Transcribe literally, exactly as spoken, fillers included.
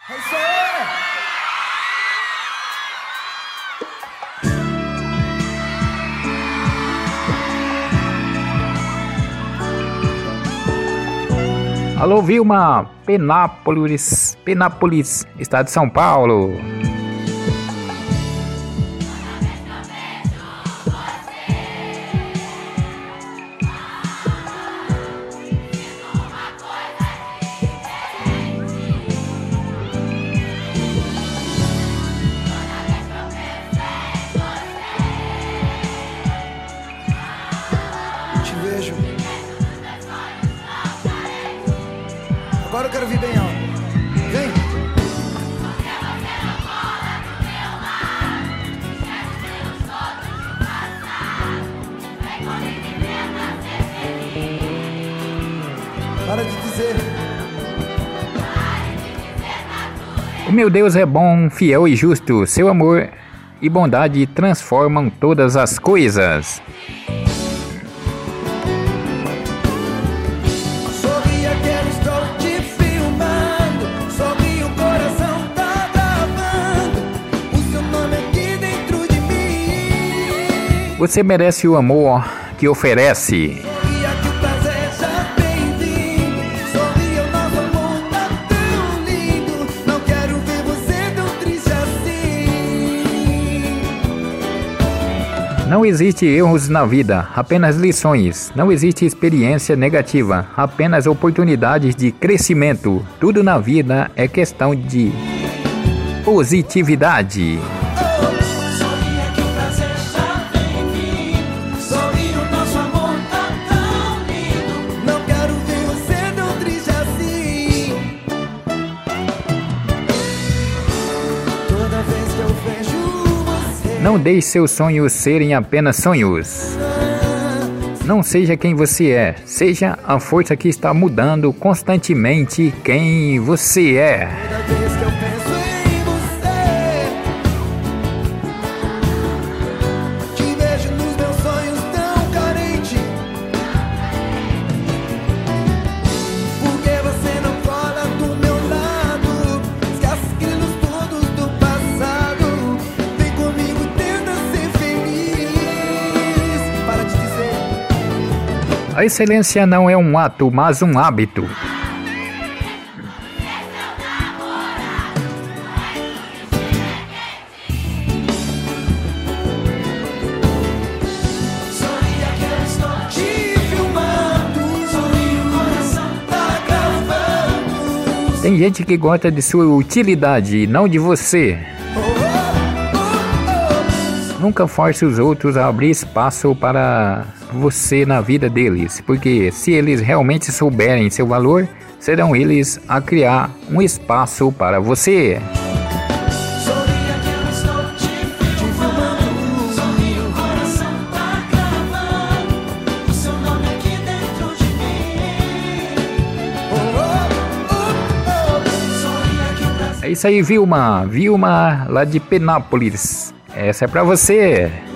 É isso aí! Alô, Vilma, Penápolis, Penápolis, estado de São Paulo. Te vejo. Agora eu quero vir bem alto. Vem. Para de dizer. O meu Deus é bom, fiel e justo. Seu amor e bondade transformam todas as coisas. Sorria que eu estou te filmando. Sorri, o coração tá gravando o seu nome aqui dentro de mim. Você merece o amor que oferece. Sorria que o prazer já bem-vindo. Sorria, o nosso amor tá tão lindo. Não quero ver você tão triste assim. Não existe erros na vida, apenas lições. Não existe experiência negativa, apenas oportunidades de crescimento. Tudo na vida é questão de positividade. Sorria que o prazer já bem-vindo. Sorria, o nosso amor tá tão lindo. Não quero ver você tão triste assim. Toda vez que eu vejo você, Não deixe seus sonhos serem apenas sonhos. Não seja quem você é, seja a força que está mudando constantemente quem você é. toda vez que eu penso em você, te vejo nos meus sonhos tão carente. Porque você não cola do meu lado, esquece os grilos todos do passado. Vem comigo, tenta ser feliz. Para de dizer. A excelência não é um ato, mas um hábito. Sorria que eu estou te filmando. Sorria, o coração tá gravando. Tem gente que gosta de sua utilidade, não de você. Oh, oh, oh, oh. Nunca force os outros a abrir espaço para você na vida deles, porque se eles realmente souberem seu valor, serão eles a criar um espaço para você. Sorria que eu estou te filmando. Sorria, o coração tá gravando o seu nome aqui dentro de mim. Oh, oh, oh, oh. Sorria que o prazer. É isso aí, Vilma, Vilma lá de Penápolis. Essa é pra você.